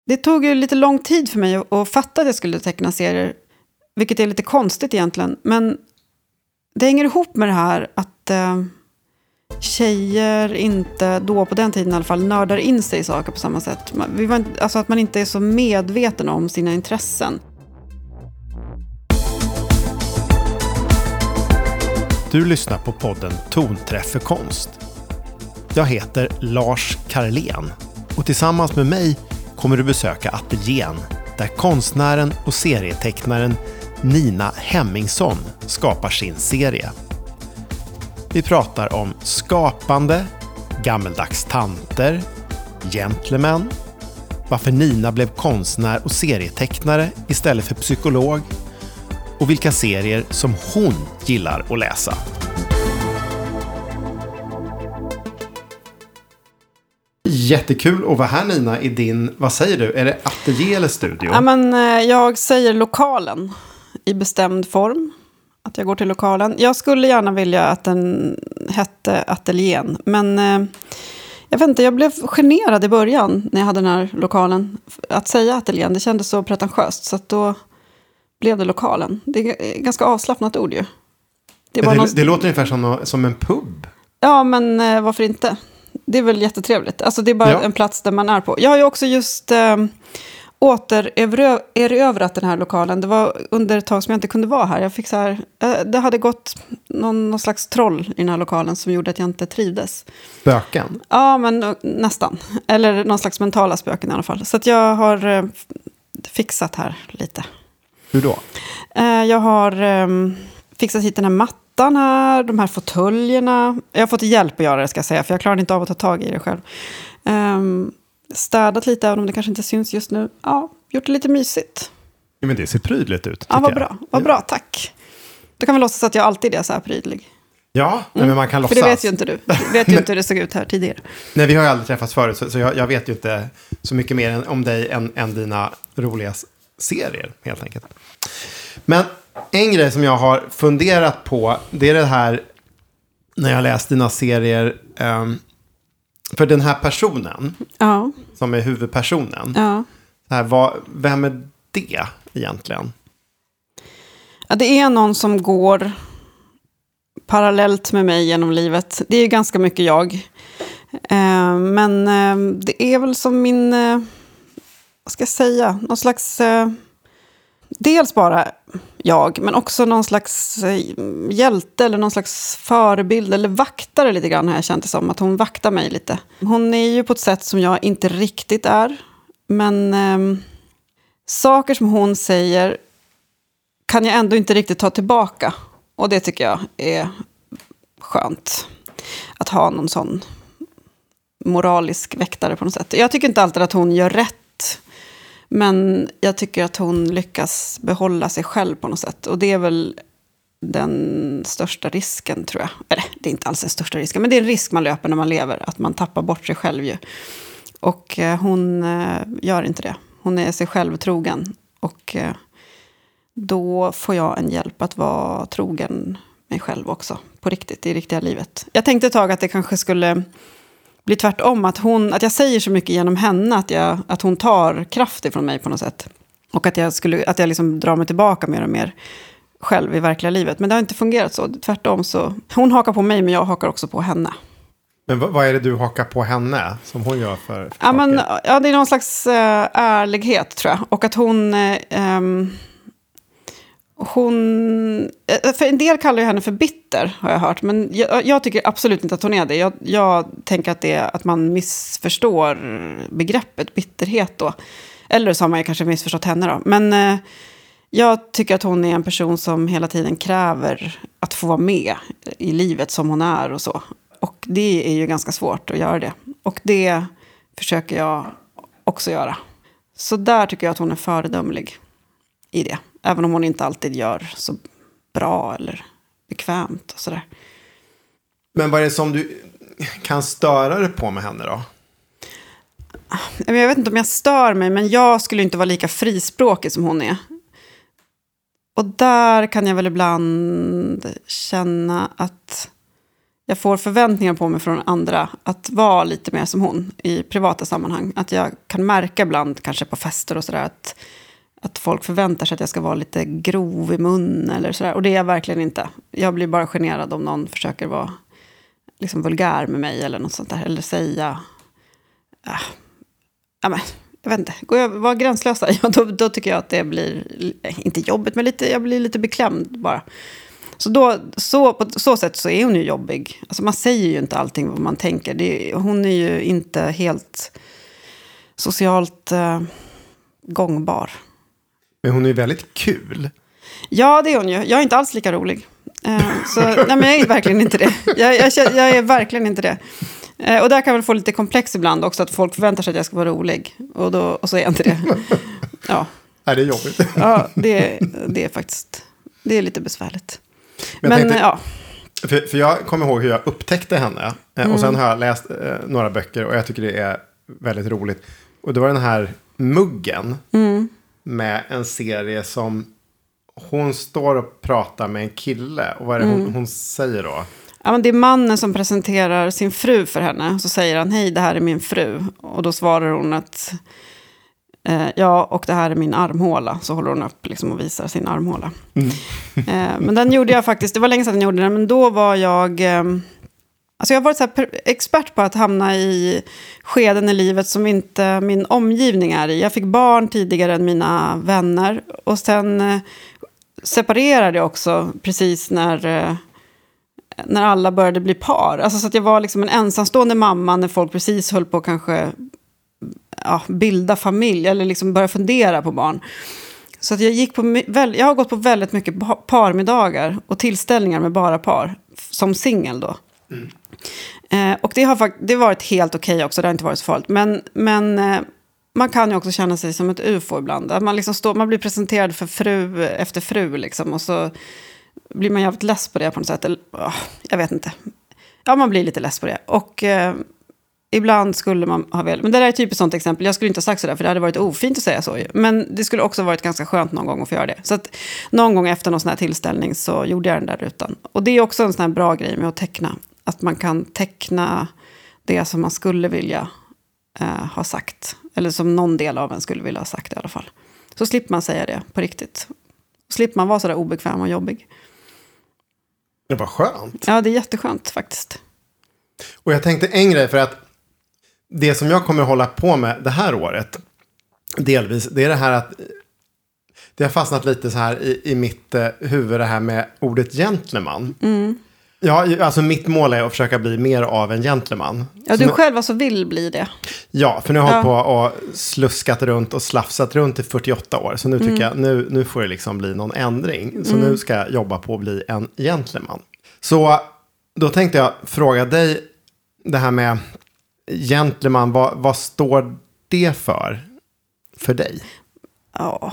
Det tog ju lite lång tid för mig att fatta att jag skulle teckna serier. Vilket är lite konstigt egentligen. Men det hänger ihop med det här att tjejer inte, då på den tiden i alla fall, nördar in sig i saker på samma sätt. Alltså att man inte är så medveten om sina intressen. Du lyssnar på podden Tonträff för konst. Jag heter Lars Karlén och tillsammans med mig kommer du besöka ateljén där konstnären och serietecknaren Nina Hemmingsson skapar sin serie. Vi pratar om skapande, gammeldags tanter, gentlemen, varför Nina blev konstnär och serietecknare istället för psykolog och vilka serier som hon gillar att läsa. Jättekul att vara här, Nina, i din, vad säger du, är det ateljé eller studio? Ja, men jag säger lokalen i bestämd form. Att jag går till lokalen. Jag skulle gärna vilja att den hette ateljén. Men jag vet inte, jag blev generad i början när jag hade den här lokalen. Att säga ateljén, det kändes så pretentiöst. Så att då blev det lokalen. Det är ganska avslappnat ord ju. Det låter ungefär som en pub. Ja, men varför inte? Det är väl jättetrevligt. Alltså det är bara en plats där man är på. Jag har ju också just återerövrat den här lokalen. Det var under ett tag som jag inte kunde vara här. Jag fick så här, det hade gått någon slags troll i den här lokalen som gjorde att jag inte trivdes. Spöken? Ja, men nästan. Eller någon slags mentala spöken i alla fall. Så att jag har fixat här lite. Hur då? Jag har fixat hit den här mattan här, de här fåtöljerna. Jag har fått hjälp att göra det, ska jag säga, för jag klarade inte av att ta tag i det själv. Städat lite, även om det kanske inte syns just nu. Ja, gjort det lite mysigt. Ja, men det ser prydligt ut. Ja, vad bra, tack. Då kan vi låtsas att jag alltid är så här prydlig. Ja, men man kan låtsas. För det vet ju inte du. Du vet ju inte hur det såg ut här tidigare. Nej, vi har ju aldrig träffats förut, så jag vet ju inte så mycket mer om dig än dina roliga serier, helt enkelt. Men en grej som jag har funderat på, det är det här när jag läst dina serier, för den här personen som är huvudpersonen. Ja. Vem är det egentligen? Ja, det är någon som går parallellt med mig genom livet. Det är ju ganska mycket jag. Men det är väl som min, vad ska jag säga, någon slags, dels bara jag, men också någon slags hjälte eller någon slags förebild eller vaktare lite grann, har jag känt det som. Att hon vaktar mig lite. Hon är ju på ett sätt som jag inte riktigt är. Men saker som hon säger kan jag ändå inte riktigt ta tillbaka. Och det tycker jag är skönt. Att ha någon sån moralisk väktare på något sätt. Jag tycker inte alltid att hon gör rätt. Men jag tycker att hon lyckas behålla sig själv på något sätt. Och det är väl den största risken, tror jag. Eller, det är inte alls den största risken. Men det är en risk man löper när man lever. Att man tappar bort sig själv ju. Och hon gör inte det. Hon är sig själv trogen. Och då får jag en hjälp att vara trogen mig själv också. På riktigt, i riktiga livet. Jag tänkte ett tag att det kanske skulle bli tvärtom. Att jag säger så mycket genom henne. Att hon tar kraft ifrån mig på något sätt. Och att jag liksom drar mig tillbaka mer och mer själv i verkliga livet. Men det har inte fungerat så. Tvärtom så. Hon hakar på mig, men jag hakar också på henne. Men vad är det du hakar på henne som hon gör för ja, men, ja, det är någon slags ärlighet, tror jag. Och att hon... För en del kallar ju henne för bitter, har jag hört. Men jag tycker absolut inte att hon är det. Jag tänker att det är att man missförstår begreppet bitterhet då. Eller så har man ju kanske missförstått henne då. Men jag tycker att hon är en person som hela tiden kräver att få vara med i livet som hon är och så. Och det är ju ganska svårt att göra det. Och det försöker jag också göra. Så där tycker jag att hon är föredömlig i det. Även om hon inte alltid gör så bra eller bekvämt och sådär. Men vad är det som du kan störa dig på med henne då? Jag vet inte om jag stör mig, men jag skulle inte vara lika frispråkig som hon är. Och där kan jag väl ibland känna att jag får förväntningar på mig från andra att vara lite mer som hon i privata sammanhang. Att jag kan märka ibland, kanske på fester och sådär, att folk förväntar sig att jag ska vara lite grov i mun eller sådär. Och det är jag verkligen inte. Jag blir bara generad om någon försöker vara liksom vulgär med mig eller något sånt där. Eller säga... Ja, men, jag vet inte. Går jag vara gränslösa, då tycker jag att det blir inte jobbigt, men jag blir lite beklämd bara. Så på så sätt så är hon ju jobbig. Alltså man säger ju inte allting vad man tänker. Hon är ju inte helt socialt gångbar. Men hon är ju väldigt kul. Ja, det är hon ju. Jag är inte alls lika rolig. Nej, men jag är verkligen inte det. Jag är verkligen inte det. Och där kan jag väl få lite komplex ibland också, att folk förväntar sig att jag ska vara rolig. Och så är jag inte det. Ja. Nej, det är jobbigt. Ja, det är faktiskt... Det är lite besvärligt. Men ja. För jag kommer ihåg hur jag upptäckte henne. Och sen har jag läst några böcker och jag tycker det är väldigt roligt. Och det var den här Muggen. Med en serie som hon står och pratar med en kille. Och vad är det hon säger då? Ja, men det är mannen som presenterar sin fru för henne. Så säger han, hej, det här är min fru. Och då svarar hon att ja, och det här är min armhåla. Så håller hon upp liksom och visar sin armhåla. Men den gjorde jag faktiskt, det var länge sedan jag gjorde den. Men då var jag... Alltså jag har varit så här expert på att hamna i skeden i livet som inte min omgivning är i. Jag fick barn tidigare än mina vänner. Och sen separerade jag också precis när alla började bli par. Alltså så att jag var liksom en ensamstående mamma när folk precis höll på kanske bilda familj eller liksom börja fundera på barn. Så att jag har gått på väldigt mycket parmiddagar och tillställningar med bara par som singel då. Och det har varit helt okej också, det har inte varit så farligt. Men man kan ju också känna sig som ett UFO ibland. Att man, liksom man blir presenterad för fru efter fru liksom, och så blir man jävligt less på det på något sätt. Eller, jag vet inte. Ja, man blir lite less på det. Och ibland skulle man ha väl... Men det där är typ ett sånt exempel. Jag skulle inte ha sagt sådär, för det hade varit ofint att säga så. Men det skulle också varit ganska skönt någon gång att få göra det. Så att någon gång efter någon sån här tillställning så gjorde jag den där rutan. Och det är också en sån här bra grej med att teckna. Att man kan teckna det som man skulle vilja ha sagt. Eller som någon del av en skulle vilja ha sagt i alla fall. Så slipper man säga det på riktigt. Slipper man vara sådär obekväm och jobbig. Det var skönt. Ja, det är jätteskönt faktiskt. Och jag tänkte en grej, för att det som jag kommer hålla på med det här året, delvis, det är det här att det har fastnat lite så här i mitt huvud, det här med ordet gentleman. Ja, alltså mitt mål är att försöka bli mer av en gentleman. Ja, du själv alltså vill bli det. Ja, för nu har jag hållit på och sluskat runt och slafsat runt i 48 år. Så nu tycker jag, nu får det liksom bli någon ändring. Så nu ska jag jobba på att bli en gentleman. Så då tänkte jag fråga dig det här med gentleman, vad står det för dig? Ja.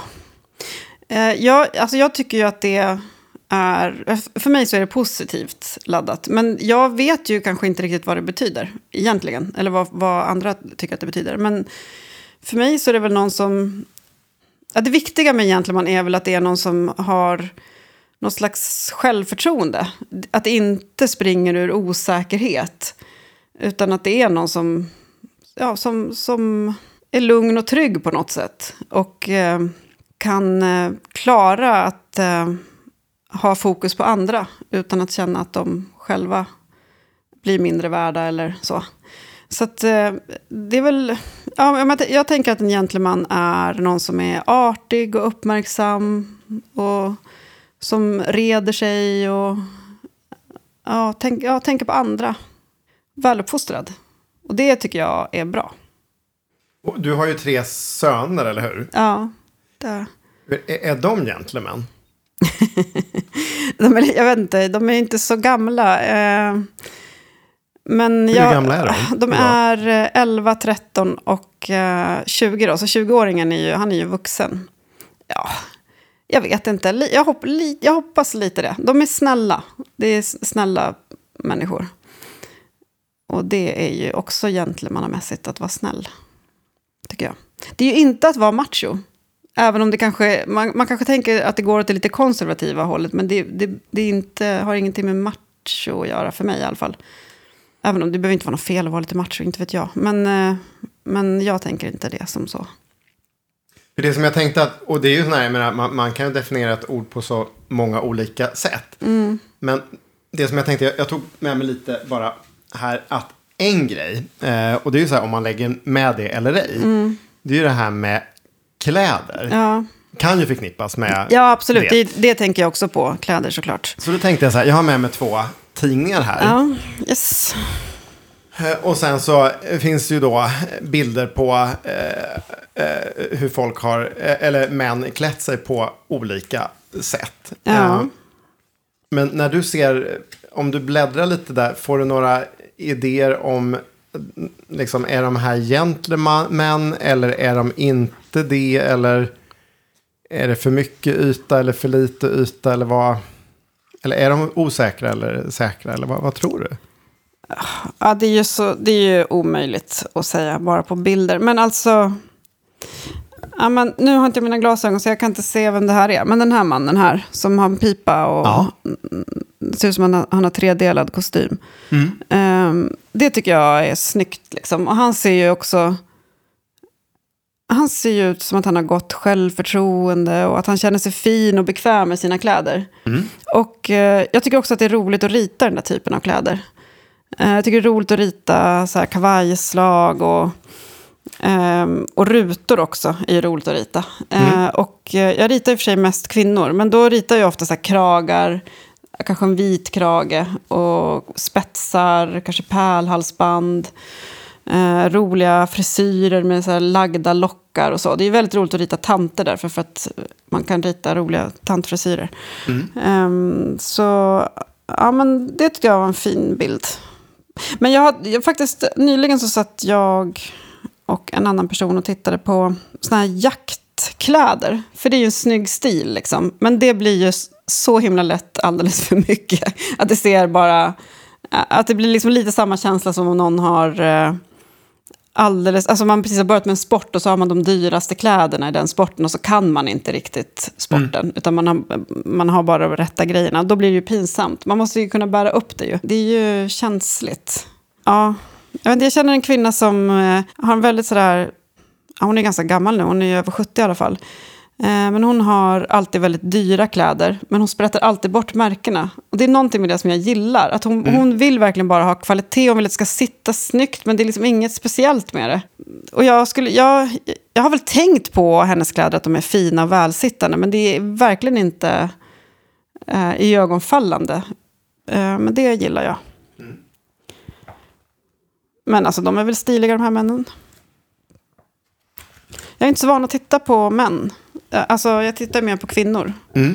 Jag tycker ju att det är... För mig så är det positivt laddat. Men jag vet ju kanske inte riktigt vad det betyder egentligen. Eller vad andra tycker att det betyder. Men för mig så är det väl någon som... Ja, det viktiga med gentleman är väl att det är någon som har någon slags självförtroende. Att det inte springer ur osäkerhet. Utan att det är någon som är lugn och trygg på något sätt. Och kan klara att ha fokus på andra. Utan att känna att de själva blir mindre värda eller så. Så att det är väl... Ja, jag tänker att en gentleman är någon som är artig och uppmärksam. Och som reder sig och tänker på andra. Väluppfostrad. Och det tycker jag är bra. Och du har ju 3 söner, eller hur? Ja, det. Är de gentlemen? Jag vet inte, de är inte så gamla. Men hur gamla är de? De är 11, 13 och 20 då. Så 20-åringen han är ju vuxen. Ja, jag vet inte. Jag hoppas lite det. De är snälla. Det är snälla människor. Och det är ju också gentlemannamässigt att vara snäll. Tycker jag. Det är ju inte att vara macho. Även om det man kanske tänker att det går åt det lite konservativa hållet. Men det är inte, har ingenting med macho att göra för mig i alla fall. Även om det behöver inte vara något fel att vara lite macho, inte vet jag. Men jag tänker inte det som så. För det som jag tänkte att, och det är ju sån här, man kan ju definiera ett ord på så många olika sätt. Men det som jag tänkte, jag tog med mig lite bara här, att en grej, och det är ju så här om man lägger med det eller ej, det är ju det här med kläder. Ja. Kan ju förknippas med Ja, absolut. Det tänker jag också på, kläder såklart. Så då tänkte jag så här, jag har med mig 2 tidningar här. Ja, yes. Och sen så finns ju då bilder på hur folk har, eller män klätt sig på olika sätt. Ja. Men när du ser, om du bläddrar lite där, får du några idéer om, liksom, är de här gentlemän eller är de inte det, eller är det för mycket yta eller för lite yta, eller vad, eller är de osäkra eller säkra, eller vad tror du? Ja, det är ju omöjligt att säga bara på bilder. Men alltså, ja, men nu har inte jag mina glasögon så jag kan inte se vem det här är. Men den här mannen här som har en pipa och det ser ut som att han har 3-delad kostym. Det tycker jag är snyggt liksom. Och han ser ju ut som att han har gott självförtroende och att han känner sig fin och bekväm med sina kläder. Och jag tycker också att det är roligt att rita den där typen av kläder. Jag tycker det är roligt att rita så här kavajslag och rutor också är ju roligt att rita. Och jag ritar i och för sig mest kvinnor, men då ritar jag ofta så här kragar, kanske en vit krage och spetsar, kanske pärlhalsband, roliga frisyrer med så här lagda lockar och så. Det är väldigt roligt att rita tanter därför för att man kan rita roliga tantfrisyrer. Så ja, men det tycker jag var en fin bild. Men jag faktiskt, nyligen så satt jag och en annan person och tittade på såna här jaktkläder. För det är ju en snygg stil liksom. Men det blir ju så himla lätt alldeles för mycket. Att det ser bara, att det blir liksom lite samma känsla som om någon har alltså man precis har börjat med en sport och så har man de dyraste kläderna i den sporten och så kan man inte riktigt sporten utan man har bara de rätta grejerna. Då blir det ju pinsamt. Man måste ju kunna bära upp det ju. Det är ju känsligt. Ja, jag känner en kvinna som har en väldigt sådär, hon är ganska gammal nu, hon är över 70 i alla fall. Men hon har alltid väldigt dyra kläder. Men hon sprättar alltid bort märkena. Och det är någonting med det som jag gillar. Att hon vill verkligen bara ha kvalitet. Hon vill att det ska sitta snyggt. Men det är liksom inget speciellt med det. Och jag har väl tänkt på hennes kläder att de är fina och välsittande. Men det är verkligen inte i ögonfallande. Men det gillar jag. Men alltså de är väl stiliga de här männen. Jag är inte så van att titta på män. Alltså jag tittar mer på kvinnor.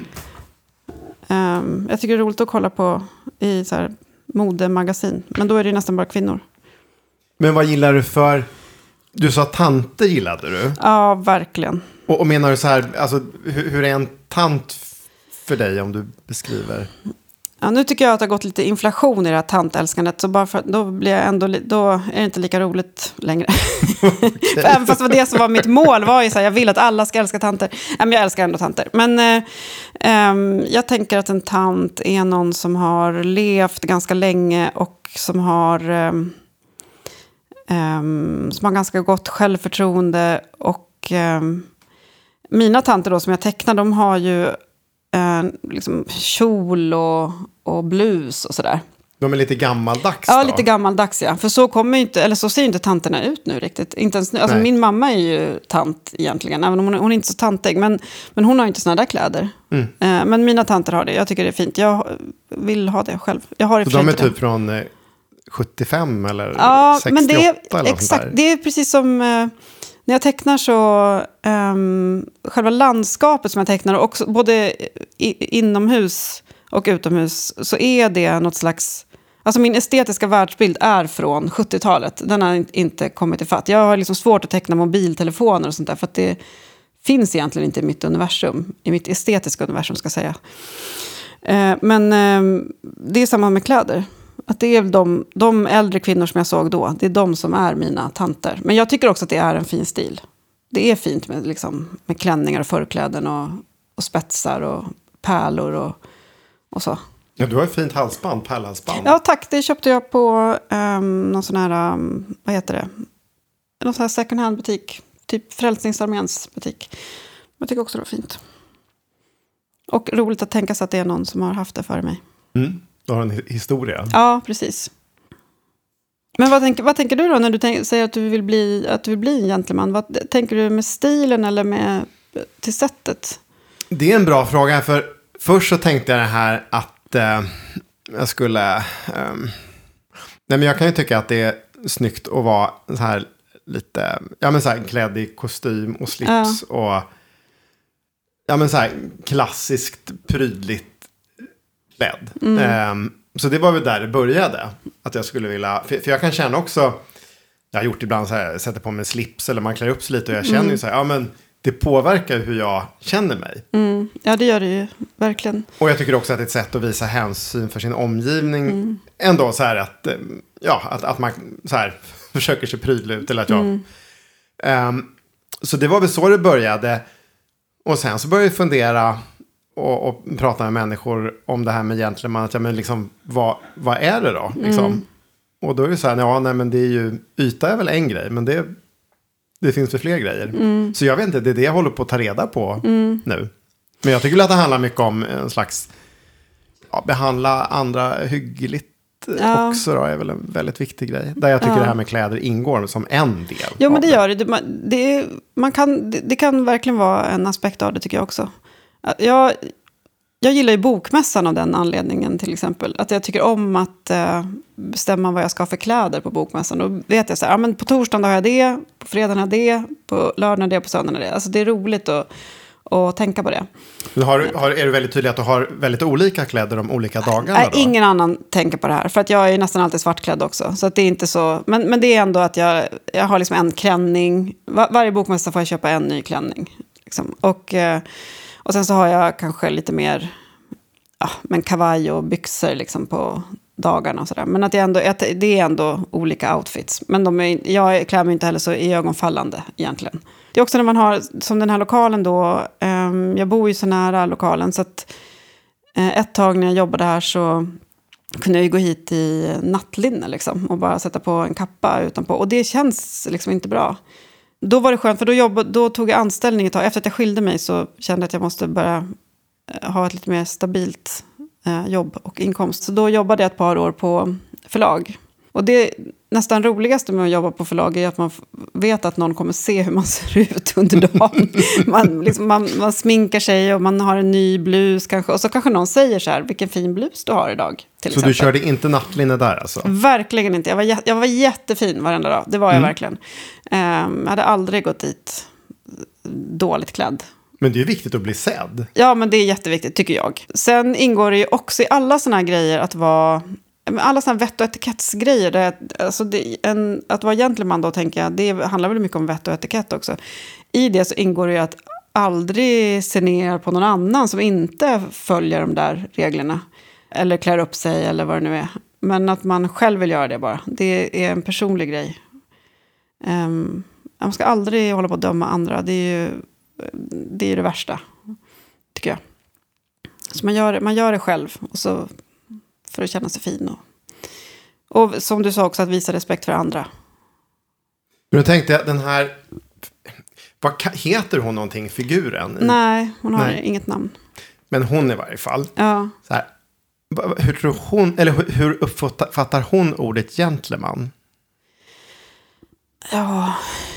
Jag tycker det är roligt att kolla på i så här modemagasin. Men då är det nästan bara kvinnor. Men vad gillar du för... Du sa tanter gillade du? Ja, verkligen. Och menar du så här, alltså hur är en tant för dig om du beskriver? Ja, nu tycker jag att det har gått lite inflation i det här tantälskandet. Så bara för, då är det inte lika roligt längre. Okay. Även fast det var det som var mitt mål. Var ju så här, jag vill att alla ska älska tanter. Men jag älskar ändå tanter. Men jag tänker att en tant är någon som har levt ganska länge. Och som har ganska gott självförtroende. Och mina tanter då som jag tecknar, de har ju liksom kjol och blus och sådär. De är lite gammaldags då? Ja, då? Lite gammaldags, ja. För så ser ju inte tanterna ut nu riktigt. Inte ens nu. Alltså, min mamma är ju tant egentligen, även om hon är inte så tantig. Men hon har ju inte såna där kläder. Men mina tanter har det. Jag tycker det är fint. Jag vill ha det själv. Jag har det. Så de är typ från 75 eller 68 men det är, eller exakt. Det är precis som... när jag tecknar så, själva landskapet som jag tecknar, också, både inomhus och utomhus, så är det något slags... Alltså min estetiska världsbild är från 70-talet. Den har inte kommit ifatt. Jag har liksom svårt att teckna mobiltelefoner och sånt där, för att det finns egentligen inte i mitt universum. I mitt estetiska universum, ska jag säga. Men det är samma med kläder. Att det är de äldre kvinnor som jag såg då, det är de som är mina tanter. Men jag tycker också att det är en fin stil. Det är fint med klänningar och förkläden och spetsar och pärlor och så. Ja, du har ett fint halsband, pärlhalsband. Ja, tack. Det köpte jag på någon sån här, vad heter det? Någon sån här second hand butik. Typ Frälsningsarméns butik. Jag tycker också det var fint. Och roligt att tänka sig att det är någon som har haft det före mig. Du har en historia. Ja, precis. Men vad tänker du då när du säger att du vill bli en gentleman? Vad tänker du med stilen eller till sättet? Det är en bra fråga, för först så tänkte jag det här att jag skulle... nej, men jag kan ju tycka att det är snyggt att vara så här lite, ja men så här klädd i kostym och slips och ja men så här klassiskt prydligt klädd. Så det var väl där det började, att jag skulle vilja, för jag kan känna också, jag har gjort ibland så här, sätter på mig slips eller man klär upp sig lite och jag känner ju så här, ja men det påverkar hur jag känner mig. Ja, det gör det ju, verkligen. Och jag tycker också att det är ett sätt att visa hänsyn för sin omgivning. Ändå så här att, ja, att man så här försöker sig prydlig ut. Eller att jag, så det var väl så det började. Och sen så började jag fundera och prata med människor om det här med gentleman. Att, ja, men liksom, vad är det då? Liksom? Och då är det så här, ja, nej, men det är ju, yta är väl en grej, men det finns väl fler grejer. Så jag vet inte, det är det jag håller på att ta reda på nu. Men jag tycker att det handlar mycket om en slags, behandla andra hyggligt också då, är väl en väldigt viktig grej. Där jag tycker det här med kläder ingår som en del. Jo, men det gör det. Det kan verkligen vara en aspekt av det, tycker jag också. Jag gillar ju bokmässan av den anledningen, till exempel. Att jag tycker om att bestämma vad jag ska ha för kläder på bokmässan. Då vet jag så här, men på torsdagen har jag det, på fredagen har jag det, på lördagen det, på söndagen det. Alltså det är roligt att tänka på det. Är du väldigt tydlig att du har väldigt olika kläder de olika dagarna? Nej, ingen annan tänker på det här. För att jag är nästan alltid svartklädd också. Så att det är inte så. Men det är ändå att jag har liksom en klänning. Varje bokmässa får jag köpa en ny klänning. Liksom. Och sen så har jag kanske lite mer men kavaj och byxor liksom på dagarna och sådär. Men att det är ändå olika outfits. Men jag klär mig inte heller så iögonfallande egentligen. Det är också när man har, som den här lokalen då, jag bor ju så nära lokalen så att ett tag när jag jobbade här så kunde jag ju gå hit i nattlinne liksom och bara sätta på en kappa utanpå. Och det känns liksom inte bra. Då var det skönt, för då tog jag anställning ett tag. Efter att jag skilde mig så kände jag att jag måste börja ha ett lite mer stabilt jobb och inkomst. Så då jobbade jag ett par år på förlag. Och det nästan roligaste med att jobba på förlag är att man vet att någon kommer se hur man ser ut under dagen. Man sminkar sig och man har en ny blus kanske. Och så kanske någon säger så här, vilken fin blus du har idag. Till så exempel. Du körde inte nattlinne där alltså? Verkligen inte. Jag var jättefin varenda dag. Det var jag verkligen. Jag hade aldrig gått dit dåligt klädd. Men det är ju viktigt att bli sedd. Ja, men det är jätteviktigt tycker jag. Sen ingår det ju också i alla såna här grejer att vara... Alla sådana vett- och etikettsgrejer. Att vara gentleman då, tänker jag, det handlar väl mycket om vett och etikett också. I det så ingår det ju att aldrig se ner på någon annan som inte följer de där reglerna. Eller klär upp sig eller vad det nu är. Men att man själv vill göra det bara. Det är en personlig grej. Man ska aldrig hålla på att döma andra. Det är ju det värsta, tycker jag. Så man gör det själv och så... för att känna sig fin. Och som du sa också, att visa respekt för andra. Men jag tänkte, den här... heter hon någonting, figuren? Nej, hon har inget namn. Men hon i varje fall. Ja. Så här, hur tror hon, eller hur uppfattar hon ordet gentleman? Ja...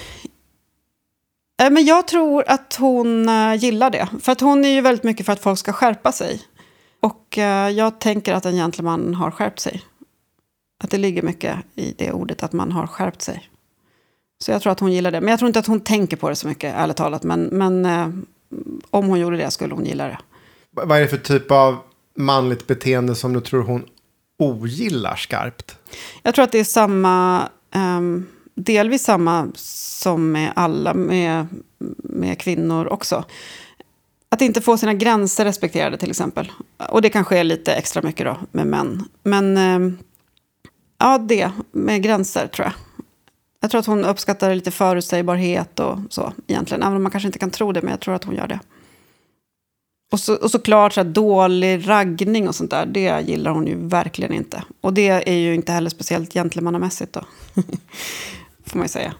Men jag tror att hon gillar det. För att hon är ju väldigt mycket för att folk ska skärpa sig. Och jag tänker att en gentleman har skärpt sig. Att det ligger mycket i det ordet, att man har skärpt sig. Så jag tror att hon gillar det. Men jag tror inte att hon tänker på det så mycket, ärligt talat. Men om hon gjorde det skulle hon gilla det. Vad är det för typ av manligt beteende som du tror hon ogillar skarpt? Jag tror att det är samma... delvis samma som med alla, med kvinnor också. Att inte få sina gränser respekterade till exempel. Och det kanske är lite extra mycket då med män. Men det med gränser tror jag. Jag tror att hon uppskattar lite förutsägbarhet och så egentligen. Även om man kanske inte kan tro det, men jag tror att hon gör det. Och såklart så här, dålig raggning och sånt där, det gillar hon ju verkligen inte. Och det är ju inte heller speciellt gentlemannamässigt då. Får man ju säga.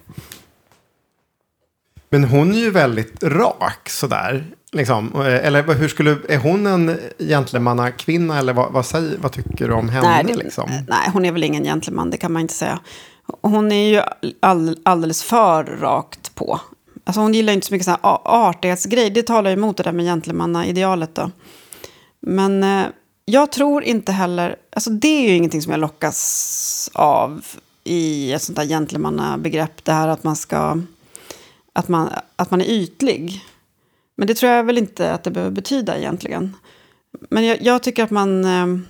Men hon är ju väldigt rak sådär. Liksom. Eller är hon en gentlemannakvinna eller vad tycker du om henne? Nej, hon är väl ingen gentleman, det kan man inte säga. Hon är ju alldeles för rakt på. Alltså hon gillar inte så mycket så här artighetsgrej. Det talar ju emot det där med gentlemannaidealet då. Men jag tror inte heller... Alltså det är ju ingenting som jag lockas av i ett sånt där gentlemannabegrepp. Det här att man ska... Att man är ytlig. Men det tror jag väl inte att det behöver betyda egentligen. Men jag tycker att man...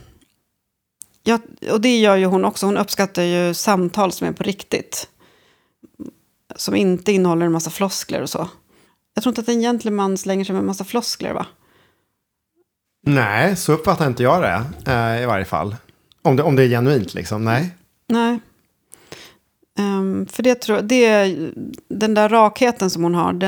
och det gör ju hon också. Hon uppskattar ju samtal som är på riktigt. Som inte innehåller en massa floskler och så. Jag tror inte att en gentleman slänger sig med en massa floskler, va? Nej, så uppfattar inte jag det. I varje fall. Om det är genuint liksom, nej. Nej. För den där rakheten som hon har,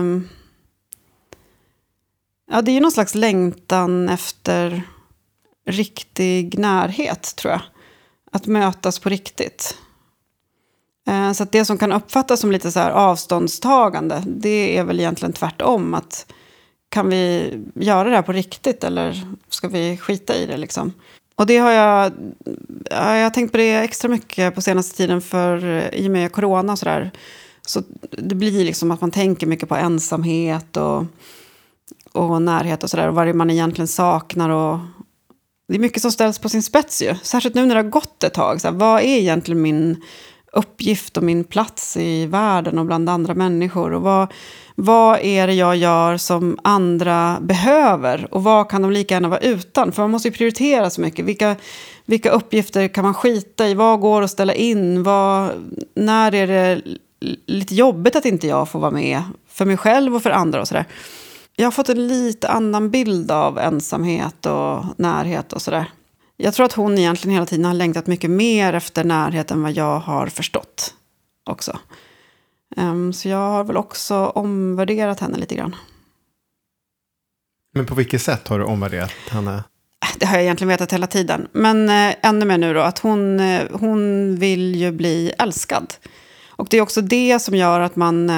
det är ju någon slags längtan efter riktig närhet, tror jag. Att mötas på riktigt. Så att det som kan uppfattas som lite så här avståndstagande, det är väl egentligen tvärtom. Att kan vi göra det här på riktigt eller ska vi skita i det liksom? Och det har jag har tänkt på det extra mycket på senaste tiden för i och med corona och sådär. Så det blir liksom att man tänker mycket på ensamhet och närhet och sådär. Och vad man egentligen saknar och det är mycket som ställs på sin spets ju. Särskilt nu när det har gått ett tag. Så här, vad är egentligen min uppgift och min plats i världen och bland andra människor? Och vad är det jag gör som andra behöver? Och vad kan de lika gärna vara utan? För man måste ju prioritera så mycket. Vilka uppgifter kan man skita i? Vad går att ställa in? När är det lite jobbigt att inte jag får vara med? För mig själv och för andra och sådär. Jag har fått en lite annan bild av ensamhet och närhet och sådär. Jag tror att hon egentligen hela tiden har längtat mycket mer efter närhet än vad jag har förstått också. Så jag har väl också omvärderat henne lite grann. Men på vilket sätt har du omvärderat henne? Det har jag egentligen vetat hela tiden. Men ännu mer nu då, att hon vill ju bli älskad. Och det är också det som gör att man...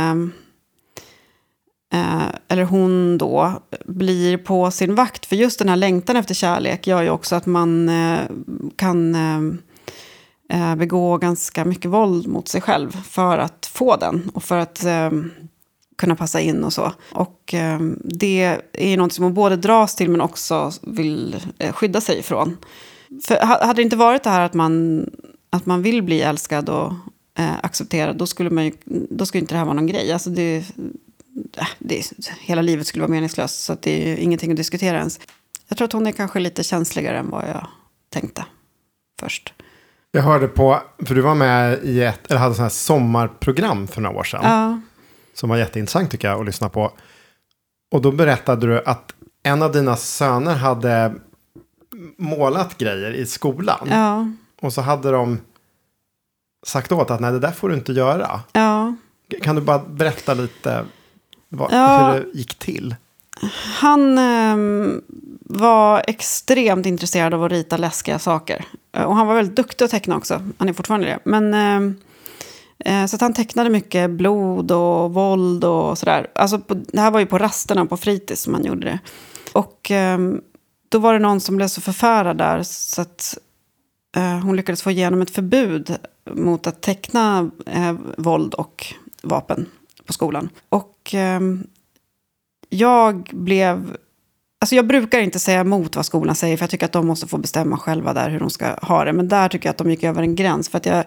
eller hon då blir på sin vakt. För just den här längtan efter kärlek gör ju också att man kan begå ganska mycket våld mot sig själv för att få den och för att kunna passa in och så. Och det är ju något som hon både dras till men också vill skydda sig ifrån. För hade det inte varit det här att man vill bli älskad och accepterad, då skulle inte det här vara någon grej. Alltså hela livet skulle vara meningslöst, så att det är ju ingenting att diskutera ens. Jag tror att hon är kanske lite känsligare än vad jag tänkte först. Jag hörde för du var med i hade sån här sommarprogram för några år sedan. Ja. Som var jätteintressant tycker jag att lyssna på. Och då berättade du att en av dina söner hade målat grejer i skolan. Ja. Och så hade de sagt åt att nej, det där får du inte göra. Ja. Kan du bara berätta lite hur det gick till? Han var extremt intresserad av att rita läskiga saker. Och han var väldigt duktig att teckna också. Han är fortfarande det. Men, så att han tecknade mycket blod och våld och sådär. Alltså det här var ju på rasterna på fritids som han gjorde det. Och då var det någon som blev så förfärad där så att hon lyckades få igenom ett förbud mot att teckna våld och vapen på skolan. Och jag brukar inte säga emot vad skolan säger, för jag tycker att de måste få bestämma själva där hur de ska ha det. Men där tycker jag att de gick över en gräns, för att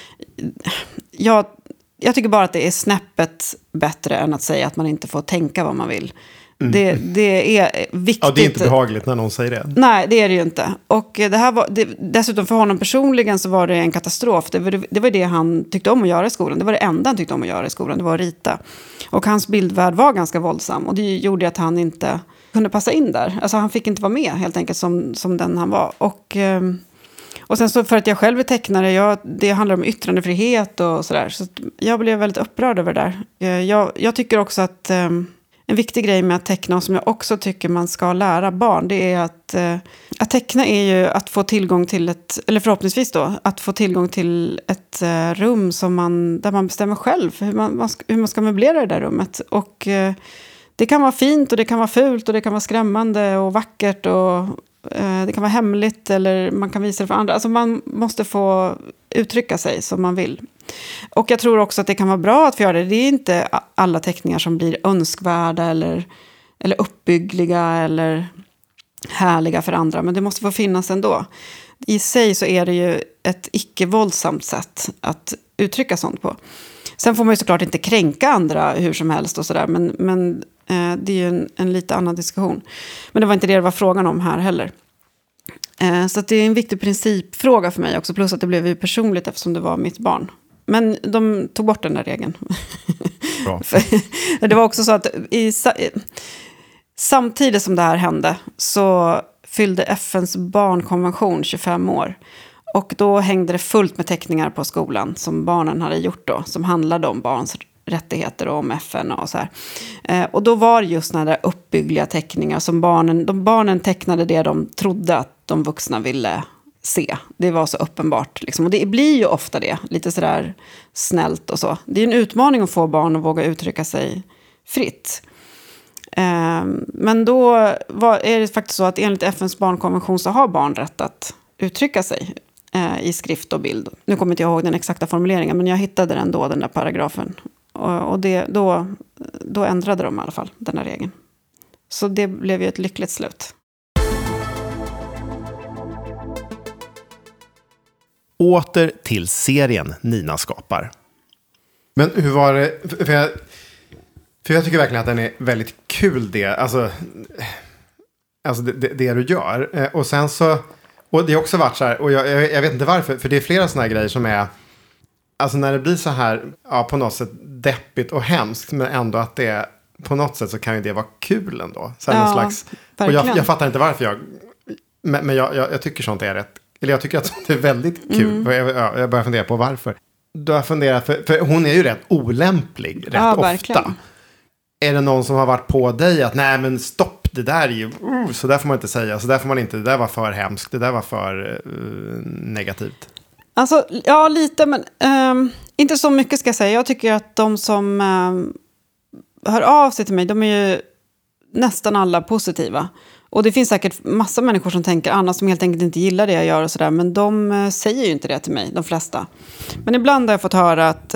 jag tycker bara att det är snäppet bättre än att säga att man inte får tänka vad man vill. Det är viktigt. Ja, det är inte behagligt när någon säger det. Nej, det är det ju inte. Och det här var, dessutom för honom personligen så var det en katastrof. Det var det han tyckte om att göra i skolan. Det var det enda han tyckte om att göra i skolan. Det var att rita. Och hans bildvärld var ganska våldsam. Och det gjorde att han inte kunde passa in där. Alltså han fick inte vara med helt enkelt som den han var. Och sen så för att jag själv är tecknare, det handlar om yttrandefrihet och sådär. Så jag blev väldigt upprörd över det där. Jag tycker också att... en viktig grej med att teckna och som jag också tycker man ska lära barn, det är att teckna är ju att få tillgång till eller förhoppningsvis då, att få tillgång till ett rum där man bestämmer själv hur man ska möblera det där rummet. Och det kan vara fint och det kan vara fult och det kan vara skrämmande och vackert och det kan vara hemligt eller man kan visa det för andra. Alltså man måste få uttrycka sig som man vill. Och jag tror också att det kan vara bra att få göra det. Det är inte alla teckningar som blir önskvärda eller uppbyggliga eller härliga för andra. Men det måste få finnas ändå. I sig så är det ju ett icke-våldsamt sätt att uttrycka sånt på. Sen får man ju såklart inte kränka andra hur som helst och sådär. Men det är ju en lite annan diskussion. Men det var inte det var frågan om här heller. Så att det är en viktig principfråga för mig också. Plus att det blev ju personligt eftersom det var mitt barn. Men de tog bort den där regeln. Bra. Det var också så att samtidigt som det här hände så fyllde FNs barnkonvention 25 år. Och då hängde det fullt med teckningar på skolan som barnen hade gjort då. Som handlade om barns rättigheter och om FN och så här. Och då var det just såna där uppbyggliga teckningar som barnen tecknade det de trodde att de vuxna ville se. Det var så uppenbart. Liksom. Och det blir ju ofta det. Lite sådär snällt och så. Det är en utmaning att få barn att våga uttrycka sig fritt. Men då är det faktiskt så att enligt FNs barnkonvention så har barn rätt att uttrycka sig i skrift och bild. Nu kommer inte jag ihåg den exakta formuleringen, men jag hittade den där paragrafen. Och då ändrade de i alla fall den här regeln. Så det blev ju ett lyckligt slut. Åter till serien Nina skapar. Men hur var det? För jag tycker verkligen att den är väldigt kul det. Alltså det du gör. Och sen så... Och det har också varit så här, och jag vet inte varför, för det är flera såna här grejer som är, alltså när det blir så här, ja, på något sätt deppigt och hemskt, men ändå att det på något sätt så kan ju det vara kul ändå. Så någon slags, och jag fattar inte varför men jag tycker sånt är rätt, eller jag tycker att sånt är väldigt kul. Jag börjar fundera på varför. Du har funderat, för hon är ju rätt olämplig rätt ofta. Verkligen. Är det någon som har varit på dig att nej men stopp, det där är ju, så där får man inte säga, så där får man inte, det där var för hemskt, det där var för negativt. Alltså, ja lite, men inte så mycket ska jag säga. Jag tycker att de som hör av sig till mig, de är ju nästan alla positiva. Och det finns säkert massa människor som tänker annars som helt enkelt inte gillar det jag gör och sådär, men de säger ju inte det till mig, de flesta. Men ibland har jag fått höra att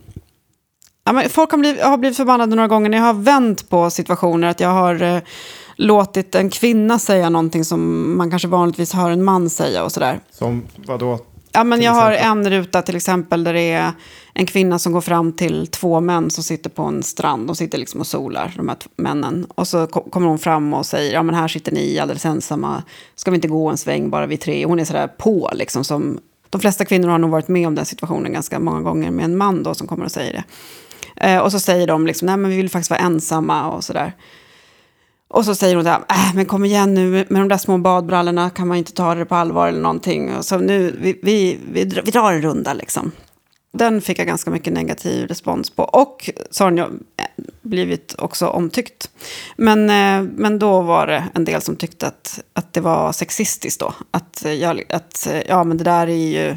folk har blivit förbannade några gånger när jag har vänt på situationer. Att jag har låtit en kvinna säga någonting som man kanske vanligtvis hör en man säga och sådär. Som vadå? Ja, men jag har en ruta till exempel där det är en kvinna som går fram till 2 män som sitter på en strand. De sitter liksom och solar, de här männen. Och så kommer hon fram och säger, ja men här sitter ni alldeles ensamma. Ska vi inte gå en sväng bara vi 3? Hon är sådär på liksom som... De flesta kvinnor har nog varit med om den situationen ganska många gånger med en man då som kommer och säger det. Och så säger de liksom, nej men vi vill faktiskt vara ensamma och sådär. Och så säger hon där, men kom igen nu, med de där små badbrallorna kan man inte ta det på allvar eller någonting. Och så nu, vi drar en runda liksom. Den fick jag ganska mycket negativ respons på. Och så har jag blivit också omtyckt. Men då var det en del som tyckte att det var sexistiskt då. Ja men det där är ju...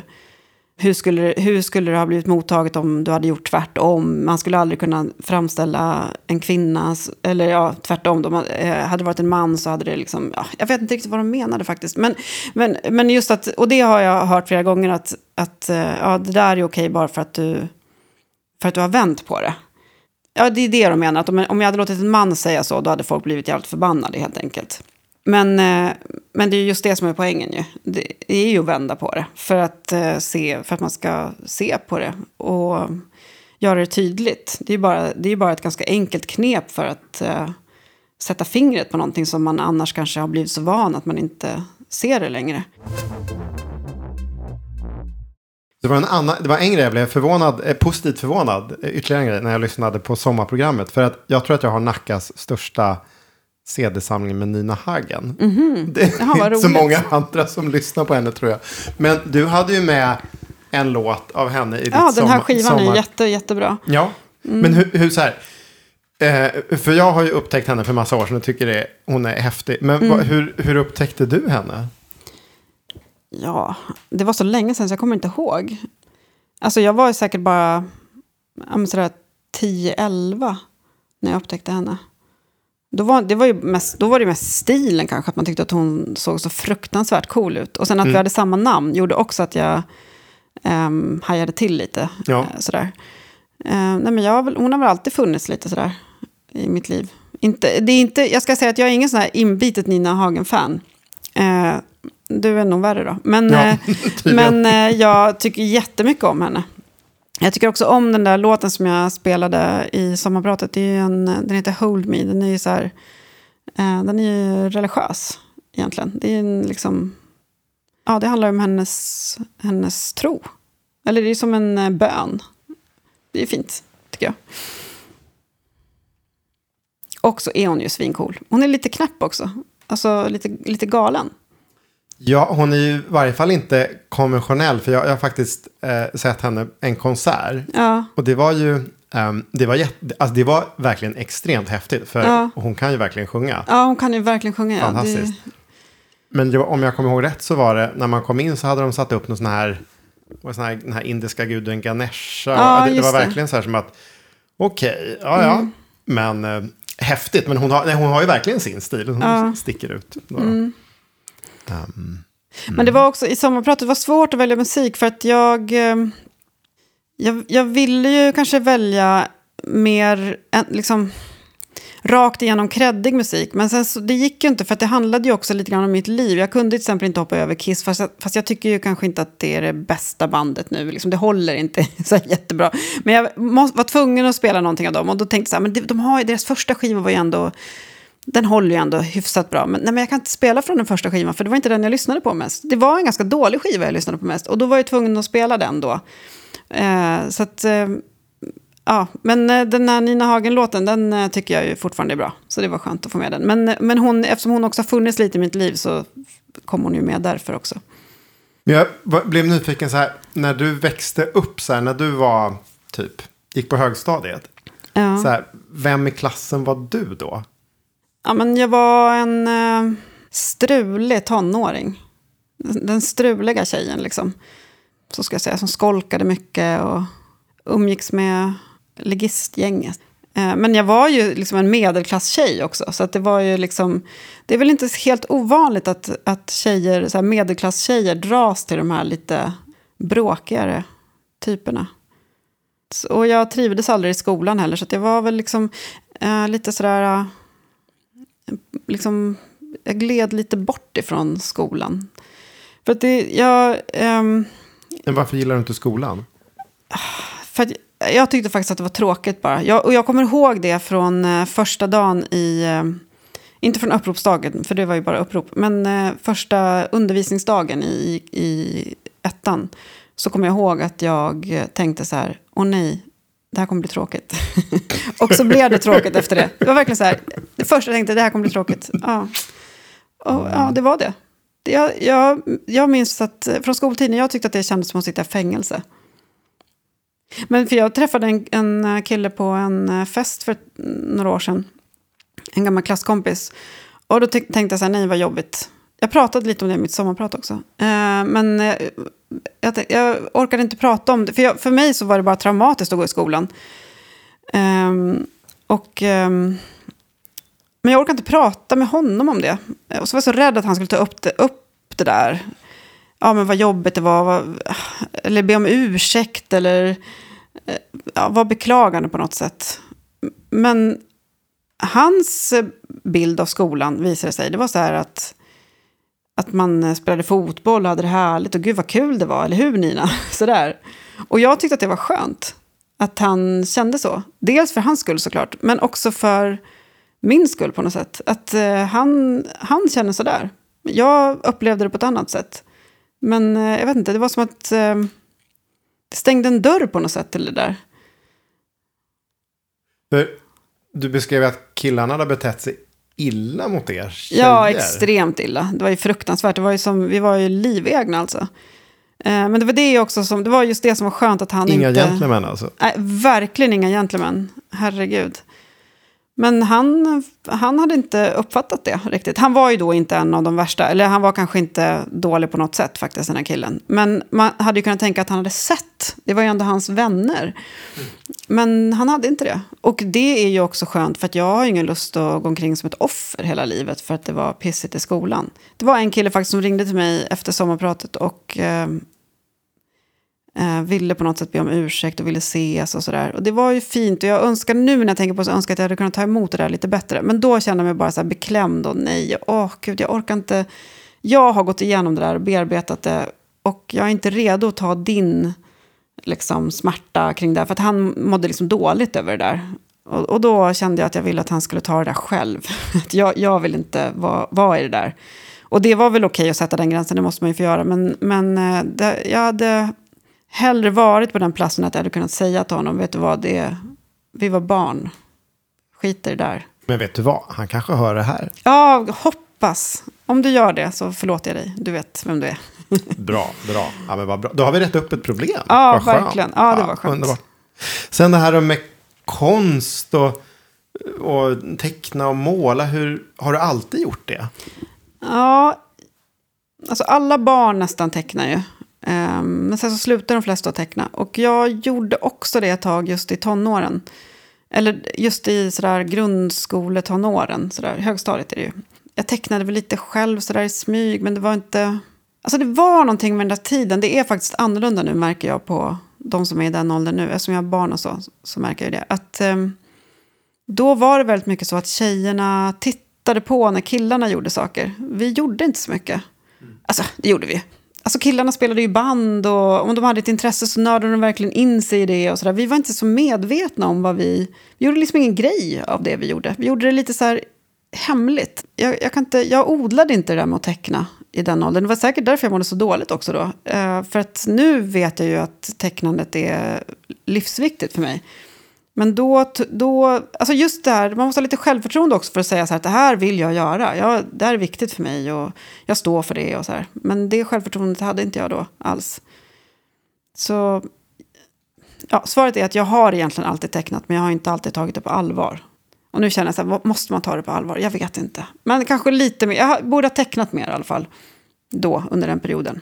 Hur skulle det ha blivit mottaget om du hade gjort tvärtom? Man skulle aldrig kunna framställa en kvinna, eller ja, tvärtom. Då hade det varit en man så hade det liksom, ja, jag vet inte riktigt vad de menade faktiskt. Men just att, och det har jag hört flera gånger att ja, det där är okej bara för att du har vänt på det. Ja, det är det de menar. Att om jag hade låtit en man säga så, då hade folk blivit jävligt förbannade helt enkelt. Men det är just det som är poängen ju. Det är ju att vända på det. För att man ska se på det. Och göra det tydligt. Det är bara ett ganska enkelt knep för att sätta fingret på någonting som man annars kanske har blivit så van att man inte ser det längre. Det var en grej jag blev positivt förvånad. Ytterligare en grej när jag lyssnade på sommarprogrammet. För att jag tror att jag har Nackas största CD-samling med Nina Hagen. Mm-hmm. Det är inte så många andra som lyssnar på henne tror jag. Men du hade ju med en låt av henne i ditt den här skivan är jättebra. Ja, men hur så här... För jag har ju upptäckt henne för massa år sedan och tycker hon är häftig. Men hur upptäckte du henne? Ja, det var så länge sedan så jag kommer inte ihåg. Alltså jag var säkert bara 10-11 när jag upptäckte henne. Då var det mest stilen kanske, att man tyckte att hon såg så fruktansvärt cool ut. Och sen att vi hade samma namn gjorde också att jag hajade till lite. Ja. Sådär. Nej, men hon har väl alltid funnits lite sådär i mitt liv. Jag ska säga att jag är ingen sån här inbitet Nina Hagen-fan. Du är nog värre då. Men jag tycker jättemycket om henne. Jag tycker också om den där låten som jag spelade i sommarpratet. Den heter Hold Me. Den är ju så här, den är ju religiös egentligen. Det är liksom, ja, det handlar om hennes tro. Eller det är som en bön. Det är fint, tycker jag. Och så är hon ju svincool. Hon är lite knäpp också. Alltså lite galen. Ja, hon är ju i varje fall inte konventionell. För jag har faktiskt sett henne en konsert. Ja. Och det var ju... det var verkligen extremt häftigt. För hon kan ju verkligen sjunga. Ja, hon kan ju verkligen sjunga. Fantastiskt. Ja, men om jag kommer ihåg rätt så var det... När man kom in så hade de satt upp någon sån här... den här indiska guden Ganesha. Ja, det var verkligen så här som att... Okej, ja. Men häftigt. Men hon har ju verkligen sin stil. Hon sticker ut. Men det var också i sommarpratet var svårt att välja musik. För att jag ville ju kanske välja mer liksom rakt igenom kreddig musik. Men sen så, det gick ju inte, för att det handlade ju också lite grann om mitt liv. Jag kunde till exempel inte hoppa över Kiss, fast jag tycker ju kanske inte att det är det bästa bandet nu. Liksom, det håller inte så jättebra. Men jag var tvungen att spela någonting av dem. Och då tänkte jag så här, men deras första skiva var ju ändå... Den håller ju ändå hyfsat bra. Men jag kan inte spela från den första skivan, för det var inte den jag lyssnade på mest. Det var en ganska dålig skiva jag lyssnade på mest. Och då var jag tvungen att spela den då. Så att... Ja, men den här Nina Hagen-låten, den tycker jag ju fortfarande är bra. Så det var skönt att få med den. Men eftersom hon också har funnits lite i mitt liv så kom hon ju med därför också. Jag blev nyfiken så här, när du växte upp så här, när du var typ, gick på högstadiet. Ja. Så här, vem i klassen var du då? Ja, men jag var en strulig tonåring. Den struliga tjejen liksom. Så ska jag säga, som skolkade mycket och umgicks med ligistgänget. Men jag var ju liksom en medelklasstjej också. Så att det var ju liksom... Det är väl inte helt ovanligt att tjejer, så här medelklasstjejer dras till de här lite bråkigare typerna. Och jag trivdes aldrig i skolan heller. Så att jag var väl liksom lite sådär... Liksom, jag gled lite bort ifrån skolan. För att Men varför gillar du inte skolan? För att jag tyckte faktiskt att det var tråkigt bara. Jag kommer ihåg det från första dagen inte från uppropsdagen, för det var ju bara upprop. Men första undervisningsdagen i ettan. Så kommer jag ihåg att jag tänkte så här, åh nej, det här kommer bli tråkigt. Och så blev det tråkigt efter det. Det var verkligen så här, det första jag tänkte, det här kommer bli tråkigt. Ja. Och, ja, det var det. Jag minns att från skoltiden, jag tyckte att det kändes som att sitta i fängelse. Men för jag träffade en kille på en fest för några år sedan. En gammal klasskompis. Och då tänkte jag så här, nej vad jobbigt. Jag pratade lite om det i mitt sommarprat också. Men jag orkade inte prata om det. För mig så var det bara traumatiskt att gå i skolan. Men jag orkade inte prata med honom om det. Och så var jag så rädd att han skulle ta upp det där. Ja, men vad jobbigt det var. Eller be om ursäkt. Eller var beklagande på något sätt. Men hans bild av skolan visade sig. Det var så här att man spelade fotboll och hade det härligt. Och gud vad kul det var. Eller hur, Nina? Sådär. Och jag tyckte att det var skönt. Att han kände så. Dels för hans skull såklart. Men också för min skull på något sätt. Att han känner sådär. Jag upplevde det på ett annat sätt. Men jag vet inte, det var som att det stängde en dörr på något sätt till det där. Du beskrev att killarna hade betett sig illa mot er tjejer. Ja, extremt illa. Det var ju fruktansvärt. Det var ju vi var ju livegna alltså. Men det var det också det var just det som var skönt att han inga inte... gentlemän alltså? Nej, verkligen inga gentlemän. Herregud. Men han hade inte uppfattat det riktigt. Han var ju då inte en av de värsta. Eller han var kanske inte dålig på något sätt faktiskt, den här killen. Men man hade ju kunnat tänka att han hade sett. Det var ju ändå hans vänner. Men han hade inte det. Och det är ju också skönt, för att jag har ju ingen lust att gå omkring som ett offer hela livet för att det var pissigt i skolan. Det var en kille faktiskt som ringde till mig efter sommarpratet och ville på något sätt be om ursäkt och ville ses och sådär. Och det var ju fint, och jag önskar nu när jag tänker på så önskar att jag hade kunnat ta emot det där lite bättre. Men då kände jag mig bara så här beklämd och nej, gud, jag orkar inte. Jag har gått igenom det där och bearbetat det, och jag är inte redo att ta din liksom smärta kring det, för att han mådde liksom dåligt över det där. Och då kände jag att jag ville att han skulle ta det där själv. jag vill inte vara i det där. Och det var väl okej att sätta den gränsen, det måste man ju få göra. Men jag hade hellre varit på den platsen att jag hade kunnat säga till honom, vet du vad, vi var barn. Skit i det där. Men vet du vad, han kanske hör det här. Ja, hoppas. Om du gör det så förlåter jag dig. Du vet vem du är. Bra. Ja, men vad bra. Då har vi rätt upp ett problem. Ja, verkligen. Ja, det var skönt. Underbart. Sen det här med konst och teckna och måla. Har du alltid gjort det? Ja, alltså alla barn nästan tecknar ju. Men sen så slutar de flesta att teckna. Och jag gjorde också det ett tag just i tonåren. Eller just i sådär grundskoletonåren. Sådär, högstadiet är det ju. Jag tecknade väl lite själv sådär i smyg. Men det var inte... Alltså det var någonting med den där tiden. Det är faktiskt annorlunda nu, märker jag på de som är i den åldern nu. Eftersom jag har barn och så märker jag det. Att då var det väldigt mycket så att tjejerna tittade på när killarna gjorde saker. Vi gjorde inte så mycket. Alltså, det gjorde vi. Alltså killarna spelade ju band, och om de hade ett intresse så nördade de verkligen in sig i det och sådär. Vi var inte så medvetna om vad vi gjorde liksom ingen grej av det vi gjorde. Vi gjorde det lite så här hemligt. Jag odlade inte det där med att teckna i den åldern. Det var säkert därför jag mådde så dåligt också då. För att nu vet jag ju att tecknandet är livsviktigt för mig. Men då alltså just det här, man måste ha lite självförtroende också för att säga så här, att det här vill jag göra. Det här är viktigt för mig och jag står för det och så här. Men det självförtroendet hade inte jag då alls. Så ja, svaret är att jag har egentligen alltid tecknat, men jag har inte alltid tagit det på allvar. Och nu känner jag så här, måste man ta det på allvar? Jag vet inte. Men kanske lite mer, jag borde ha tecknat mer i alla fall då, under den perioden.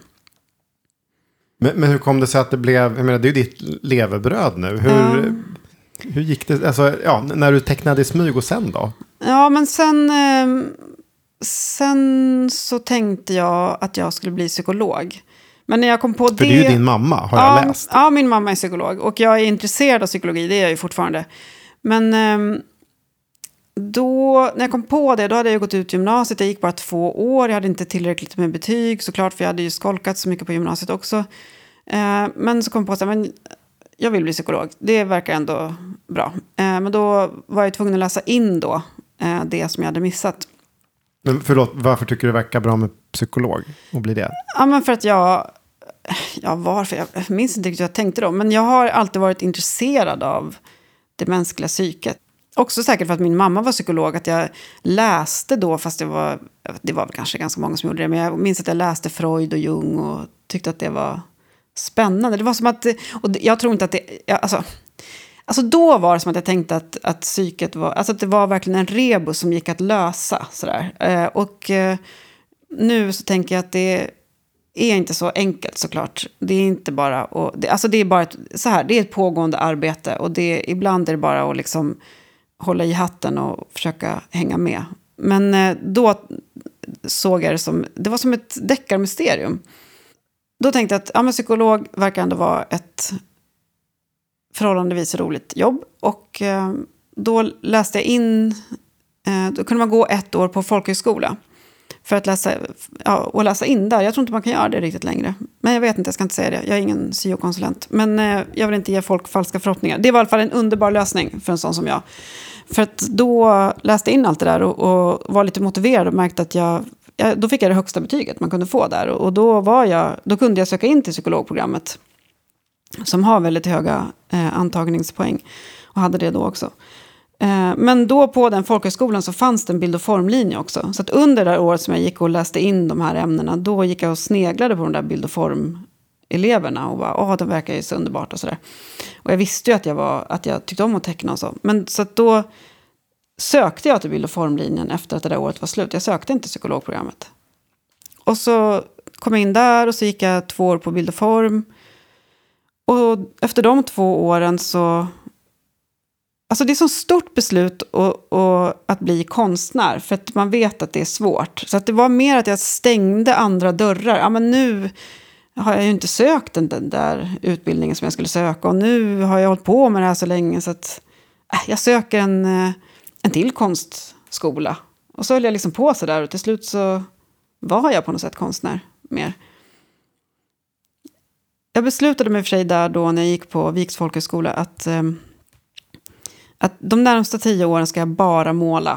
Men hur kom det sig att det blev, jag menar det är ju ditt levebröd nu. Hur gick det, alltså, ja, när du tecknade i smyg och sen då? Ja, men sen så tänkte jag att jag skulle bli psykolog. Men när jag kom på det... För det är ju din mamma, har jag läst. Ja, min mamma är psykolog. Och jag är intresserad av psykologi, det är jag ju fortfarande. Men då, när jag kom på det, då hade jag gått ut gymnasiet. Jag gick bara 2 år, jag hade inte tillräckligt med betyg såklart, för jag hade ju skolkat så mycket på gymnasiet också. Men så kom jag på att jag vill bli psykolog. Det verkar ändå bra. Men då var jag tvungen att läsa in då det som jag hade missat. Men förlåt, varför tycker du det verkar bra med psykolog och bli det? Ja, men för att varför? Jag minns inte riktigt hur jag tänkte då. Men jag har alltid varit intresserad av det mänskliga psyket. Också säkert för att min mamma var psykolog, att jag läste då, fast det var väl kanske ganska många som gjorde det. Men jag minns att jag läste Freud och Jung och tyckte att det var spännande. Det var som att, och jag tror inte att det, alltså då var det som att jag tänkte att psyket var, alltså att det var verkligen en rebus som gick att lösa sådär. Och nu så tänker jag att det är inte så enkelt såklart. Det är inte bara, alltså det är bara det är ett pågående arbete, och ibland är det bara att liksom hålla i hatten och försöka hänga med. Men då såg jag det var som ett deckarmysterium. Då tänkte jag att men psykolog verkar ändå vara ett förhållandevis roligt jobb. Och då läste jag in, då kunde man gå 1 år på folkhögskola för att läsa in där. Jag tror inte man kan göra det riktigt längre. Men jag vet inte, jag ska inte säga det. Jag är ingen syo-konsulent. Men jag vill inte ge folk falska förhoppningar. Det var i alla fall en underbar lösning för en sån som jag. För att då läste jag in allt det där och var lite motiverad och märkte att då fick jag det högsta betyget man kunde få där. Och då kunde jag söka in till psykologprogrammet som har väldigt höga antagningspoäng. Och hade det då också. Men då på den folkhögskolan så fanns det en bild- och formlinje också. Så att under det här året som jag gick och läste in de här ämnena, då gick jag och sneglade på de där bild- och formeleverna och bara, det verkar ju så underbart och sådär. Och jag visste ju att jag tyckte om att teckna och så. Men så att då sökte jag till bild- och formlinjen efter att det där året var slut. Jag sökte inte psykologprogrammet. Och så kom jag in där och så gick jag 2 år på bild och form. Och efter de 2 åren så... Alltså det är så stort beslut att bli konstnär. För att man vet att det är svårt. Så att det var mer att jag stängde andra dörrar. Ja, men nu har jag ju inte sökt den där utbildningen som jag skulle söka. Och nu har jag hållit på med det här så länge. Så att jag söker en till konstskola. Och så höll jag liksom på så där. Och till slut så var jag på något sätt konstnär mer. Jag beslutade mig för sig där då när jag gick på Viks folkhögskola att de närmsta 10 åren ska jag bara måla.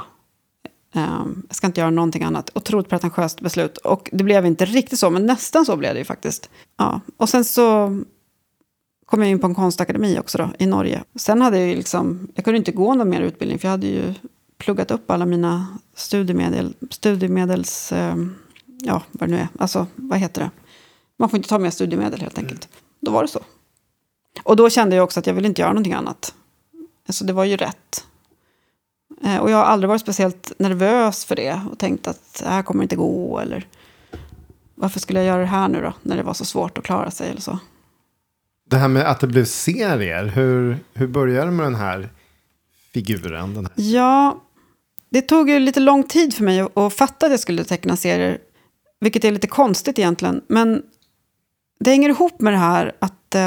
Jag ska inte göra någonting annat. Otroligt pretentiöst beslut. Och det blev inte riktigt så, men nästan så blev det ju faktiskt. Ja. Och sen så kom jag in på en konstakademi också då, i Norge. Sen hade jag ju liksom, jag kunde inte gå någon mer utbildning, för jag hade ju pluggat upp alla mina studiemedels, ja, vad det nu är. Alltså, vad heter det? Man får inte ta med studiemedel helt enkelt. Då var det så. Och då kände jag också att jag ville inte göra någonting annat. Alltså det var ju rätt. Och jag har aldrig varit speciellt nervös för det. Och tänkt att det här kommer inte gå. Eller varför skulle jag göra det här nu då? När det var så svårt att klara sig eller så. Det här med att det blev serier. Hur började det med den här figuren? Den här? Ja, det tog ju lite lång tid för mig att fatta att jag skulle teckna serier. Vilket är lite konstigt egentligen. Men det hänger ihop med det här att...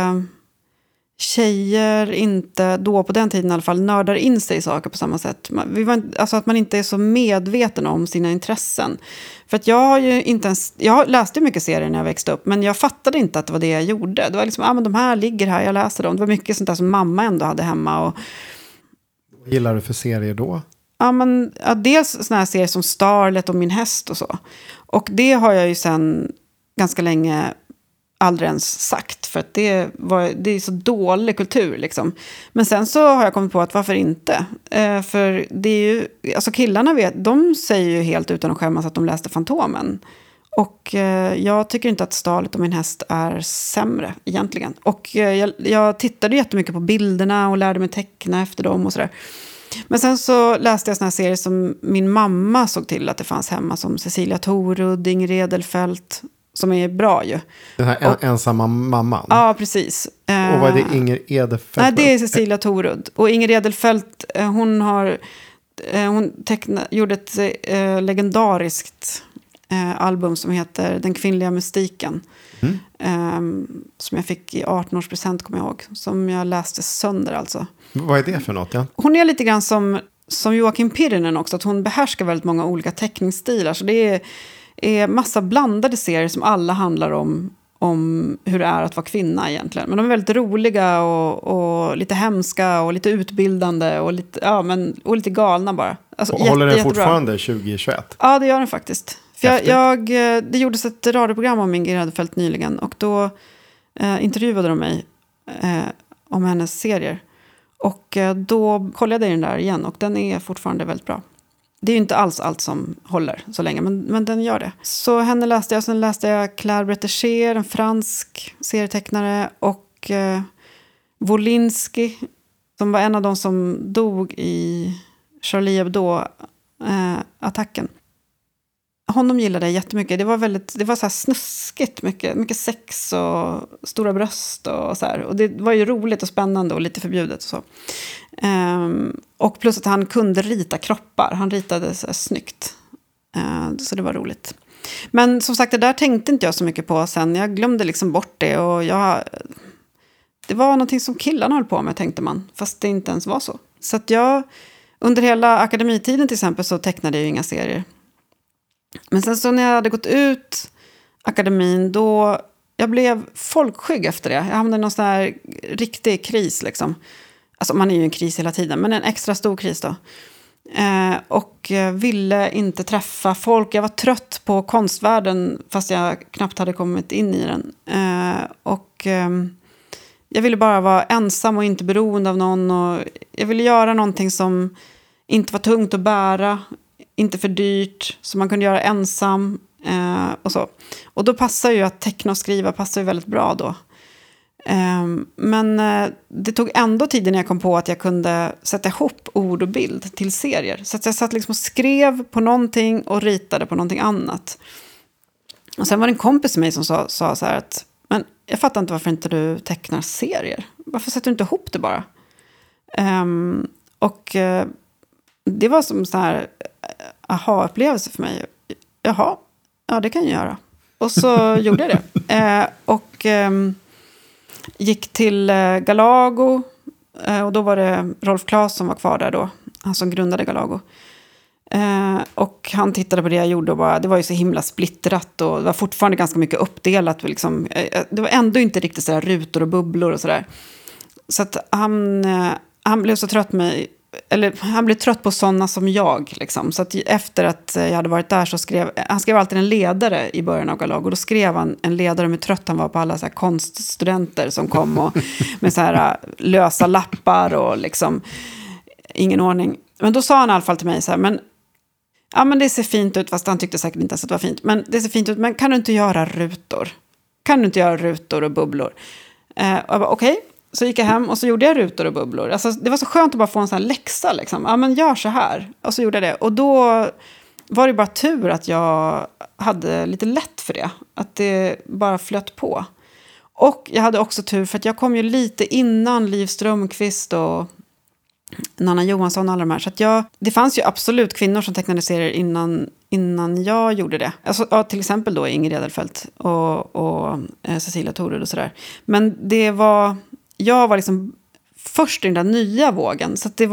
tjejer inte, då på den tiden i alla fall, nördar in sig i saker på samma sätt. Alltså att man inte är så medveten om sina intressen. För att jag har ju inte ens... Jag läste mycket serier när jag växte upp, men jag fattade inte att det var det jag gjorde. Det var liksom, men de här ligger här, jag läser dem. Det var mycket sånt där som mamma ändå hade hemma. Och, vad gillar du för serier då? Dels såna här serier som Starlet och Min häst och så. Och det har jag ju sen ganska länge... aldrig ens sagt, för att det är så dålig kultur liksom. Men sen så har jag kommit på att varför inte? För det är ju, alltså killarna de säger ju helt utan att skämmas att de läste Fantomen. Och jag tycker inte att Starlet och Min häst är sämre egentligen. Och jag tittade jättemycket på bilderna och lärde mig teckna efter dem och sådär. Men sen så läste jag såna här serier som min mamma såg till att det fanns hemma, som Cecilia Torud, Inger Edelfelt, som är bra ju. Den här ensamma mamman? Ja, precis. Och vad är det Inger Edelfelt? Nej, det är Cecilia Torud. Och Inger Edelfelt, hon gjorde ett legendariskt album som heter Den kvinnliga mystiken. Som jag fick i 18-årspresent, kommer jag ihåg. Som jag läste sönder alltså. Vad är det för något? Ja? Hon är lite grann som Joakim Pirinen också. Att hon behärskar väldigt många olika teckningsstilar. Så det är massa blandade serier som alla handlar om hur det är att vara kvinna egentligen. Men de är väldigt roliga och lite hemska och lite utbildande och lite galna bara. Alltså, och håller den fortfarande 2021? Ja, det gör den faktiskt. För det gjordes ett radioprogram om Inger Edelfelt nyligen, och då intervjuade de mig om hennes serier. Och då kollade jag den där igen, och den är fortfarande väldigt bra. Det är ju inte alls allt som håller så länge, men den gör det. Så henne läste jag. Sen läste jag Claire Bretécher, en fransk serietecknare. Och Wolinski, som var en av de som dog i Charlie Hebdo-attacken. Honom gillade jag jättemycket. Det var så här snuskigt, mycket sex och stora bröst och så här. Och det var ju roligt och spännande och lite förbjudet och så. Och plus att han kunde rita kroppar. Han ritade så här snyggt. Så det var roligt. Men som sagt, det där tänkte inte jag så mycket på sen. Jag glömde liksom bort det. Och det var någonting som killarna höll på med, tänkte man. Fast det inte ens var så. Så att under hela akademitiden till exempel, så tecknade jag ju inga serier. Men sen så när jag hade gått ut akademin, då jag blev folkskygg efter det. Jag hamnade i någon sån här riktig kris liksom. Alltså man är ju i en kris hela tiden, men en extra stor kris då. Och ville inte träffa folk. Jag var trött på konstvärlden, fast jag knappt hade kommit in i den. Jag ville bara vara ensam och inte beroende av någon. Och jag ville göra någonting som inte var tungt att bära, inte för dyrt, som man kunde göra ensam och så. Och då passar ju att teckna och skriva passar ju väldigt bra då. Men det tog ändå tid när jag kom på att jag kunde sätta ihop ord och bild till serier. Så att jag satt liksom och skrev på någonting och ritade på någonting annat. Och sen var det en kompis med mig som sa så här att men jag fattar inte varför inte du tecknar serier. Varför sätter du inte ihop det bara? Det var som så här aha-upplevelse för mig. Jaha, ja det kan jag göra. Och så gjorde jag det. Gick till Galago. Och då var det Rolf Claes som var kvar där då. Han som grundade Galago. Och han tittade på det jag gjorde och bara, det var ju så himla splittrat. Och det var fortfarande ganska mycket uppdelat. Liksom, det var ändå inte riktigt sådär rutor och bubblor och sådär. Så att han blev så trött han blev trött på sådana som jag. Liksom. Så att efter att jag hade varit där så skrev alltid en ledare i början av Galago. Då skrev han en ledare om hur trött han var på alla så här konststudenter som kom och med så här lösa lappar och liksom ingen ordning. Men då sa han i alla fall till mig så här, men det ser fint ut, fast han tyckte säkert inte ens att det var fint. Men det ser fint ut, men kan du inte göra rutor? Kan du inte göra rutor och bubblor? Och jag bara, okej. Så gick jag hem och så gjorde jag rutor och bubblor. Alltså, det var så skönt att bara få en sån här läxa. Liksom. Ja, men gör så här. Och så gjorde jag det. Och då var det bara tur att jag hade lite lätt för det. Att det bara flöt på. Och jag hade också tur för att jag kom ju lite innan Liv Strömquist och Nanna Johansson och alla de här. Så att det fanns ju absolut kvinnor som tecknade serier innan jag gjorde det. Alltså, till exempel då Ingrid Edelfelt och Cecilia Thorud och sådär. Men jag var liksom först i den där nya vågen. Så att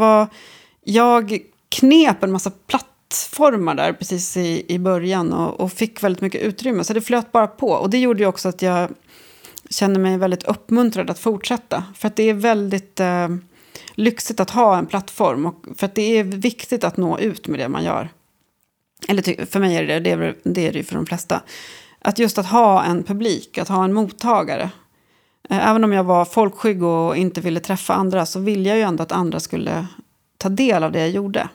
jag knep en massa plattformar där precis i början och fick väldigt mycket utrymme. Så det flöt bara på. Och det gjorde ju också att jag kände mig väldigt uppmuntrad att fortsätta. För att det är väldigt lyxigt att ha en plattform. Och för att det är viktigt att nå ut med det man gör. Eller för mig är det är det för de flesta. Att just att ha en publik, att ha en mottagare. Även om jag var folkskygg och inte ville träffa andra så ville jag ju ändå att andra skulle ta del av det jag gjorde.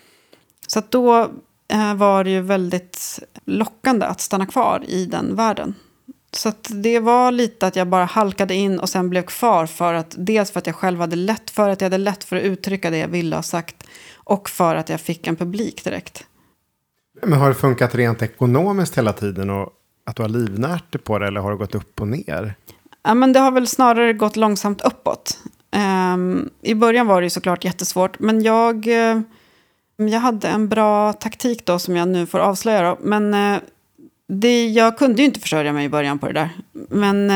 Så att då var det ju väldigt lockande att stanna kvar i den världen. Så att det var lite att jag bara halkade in och sen blev kvar dels för att jag själv hade lätt för att jag hade lätt för att uttrycka det jag ville ha sagt och för att jag fick en publik direkt. Men har det funkat rent ekonomiskt hela tiden och att du har livnärt det på det eller har det gått upp och ner? Ja, men det har väl snarare gått långsamt uppåt. I början var det ju såklart jättesvårt. Men jag hade en bra taktik då som jag nu får avslöja. Då. Men jag kunde ju inte försörja mig i början på det där. Men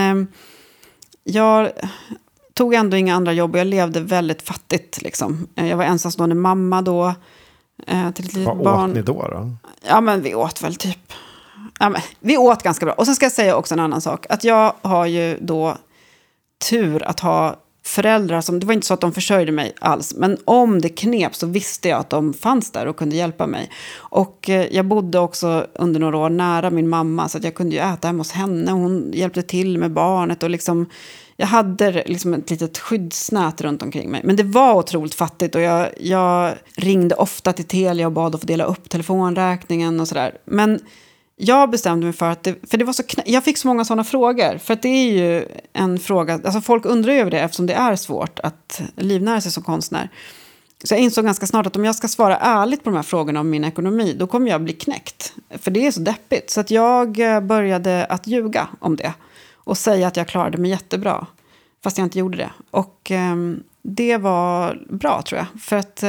jag tog ändå inga andra jobb och jag levde väldigt fattigt. Liksom. Jag var ensamstående mamma då. Till ett litet barn. Vad åt ni då? Ja, men vi åt väl typ... Ja, men vi åt ganska bra. Och sen ska jag säga också en annan sak. Att jag har ju då tur att ha föräldrar som... Det var inte så att de försörjde mig alls. Men om det knep så visste jag att de fanns där och kunde hjälpa mig. Och jag bodde också under några år nära min mamma. Så att jag kunde ju äta hemma hos henne. Och hon hjälpte till med barnet. Och liksom, jag hade liksom ett litet skyddsnät runt omkring mig. Men det var otroligt fattigt. Och jag ringde ofta till Telia och bad att få dela upp telefonräkningen och sådär. Men... Jag bestämde mig för att det var så jag fick så många sådana frågor. För att det är ju en fråga, alltså folk undrar ju över det eftersom det är svårt att livnära sig som konstnär. Så jag insåg ganska snart att om jag ska svara ärligt på de här frågorna om min ekonomi, då kommer jag bli knäckt. För det är så deppigt. Så att jag började att ljuga om det. Och säga att jag klarade mig jättebra. Fast jag inte gjorde det. Och det var bra tror jag. För att...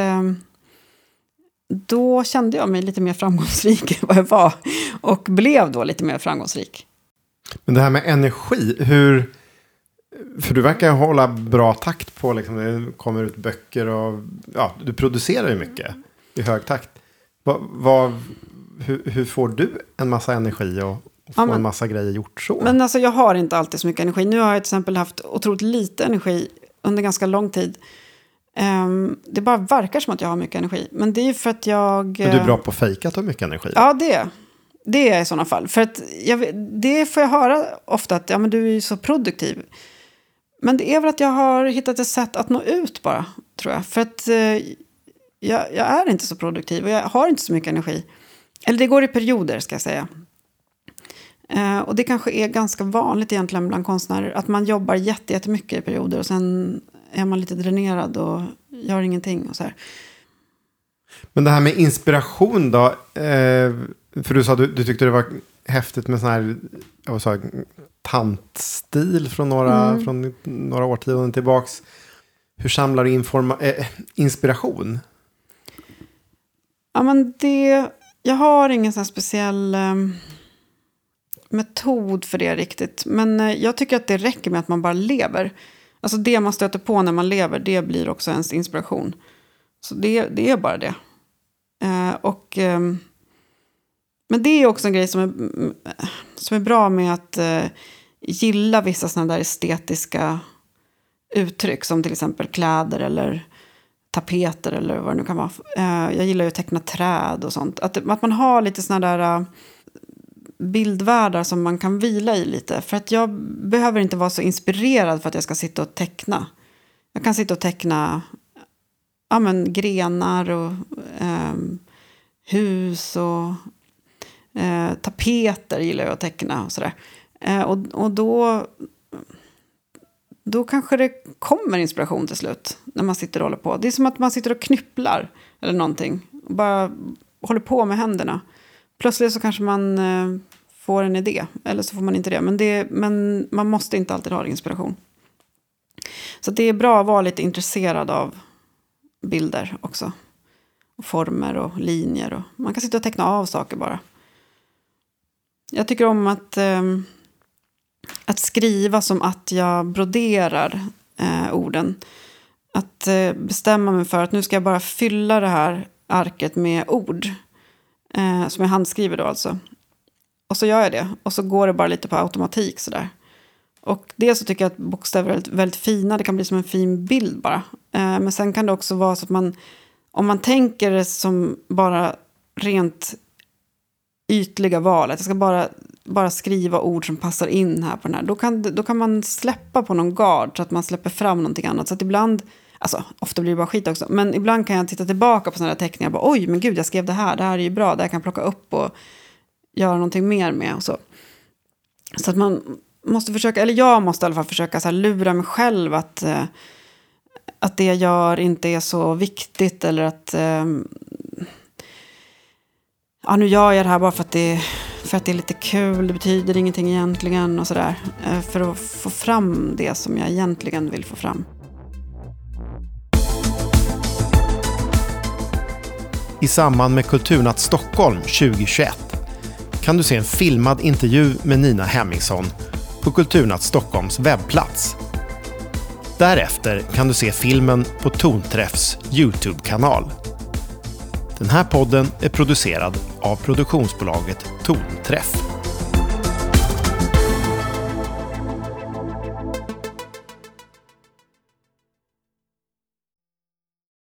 Då kände jag mig lite mer framgångsrik än vad jag var. Och blev då lite mer framgångsrik. Men det här med energi, för du verkar hålla bra takt på, liksom, det kommer ut böcker och ja, du producerar ju mycket i hög takt. Hur får du en massa energi och får en massa grejer gjort så? Men alltså jag har inte alltid så mycket energi. Nu har jag till exempel haft otroligt lite energi under ganska lång tid. Det bara verkar som att jag har mycket energi. Men det är ju för att jag... Men du är bra på att fejka att du har mycket energi? Ja, det är i sådana fall. För att det får jag höra ofta att men du är ju så produktiv. Men det är väl att jag har hittat ett sätt att nå ut bara, tror jag. För att jag är inte så produktiv och jag har inte så mycket energi. Eller det går i perioder, ska jag säga. Och det kanske är ganska vanligt egentligen bland konstnärer att man jobbar jättemycket i perioder och sen är man lite dränerad och gör ingenting och så här. Men det här med inspiration då, för du sa du tyckte det var häftigt med sån här, jag sa, tantstil från några årtionden tillbaks. Hur samlar du inspiration? Ja, men jag har ingen sån här speciell metod för det riktigt. Men jag tycker att det räcker med att man bara lever. Alltså det man stöter på när man lever, det blir också ens inspiration. Så det är bara det. Men det är också en grej som är bra med att gilla vissa sådana där estetiska uttryck. Som till exempel kläder eller tapeter eller vad det nu kan vara. Jag gillar ju att teckna träd och sånt. Att man har lite sådana där bildvärldar som man kan vila i lite. För att jag behöver inte vara så inspirerad för att jag ska sitta och teckna. Jag kan sitta och teckna grenar och hus och tapeter gillar jag att teckna och sådär. Och då kanske det kommer inspiration till slut när man sitter och håller på. Det är som att man sitter och knypplar eller någonting. Och bara håller på med händerna. Plötsligt så kanske man får en idé. Eller så får man inte det. Men man måste inte alltid ha inspiration. Så det är bra att vara lite intresserad av bilder också. Och former och linjer. Och man kan sitta och teckna av saker bara. Jag tycker om att skriva som att jag broderar orden. Att bestämma mig för att nu ska jag bara fylla det här arket med ord. Som jag handskriver då alltså. Och så gör jag det. Och så går det bara lite på automatik sådär. Och det så tycker jag att bokstäver är väldigt, väldigt fina. Det kan bli som en fin bild bara. Men sen kan det också vara så att om man tänker det som bara rent ytliga val. Att jag ska bara skriva ord som passar in här på den här. Då kan man släppa på någon gard så att man släpper fram någonting annat. Så att ibland, alltså ofta blir det bara skit också. Men ibland kan jag titta tillbaka på sådana här teckningar. Bara, oj, men gud, jag skrev det här är ju bra. Det här kan jag plocka upp och göra någonting mer med och så. Så att man måste försöka, eller jag måste i alla fall försöka så här lura mig själv att det jag gör inte är så viktigt. Eller att nu gör jag det här bara för att det är lite kul. Det betyder ingenting egentligen och sådär. För att få fram det som jag egentligen vill få fram. I samband med Kulturnatt Stockholm 2021 kan du se en filmad intervju med Nina Hemmingsson på Kulturnatt Stockholms webbplats. Därefter kan du se filmen på Tonträffs YouTube-kanal. Den här podden är producerad av produktionsbolaget Tonträff.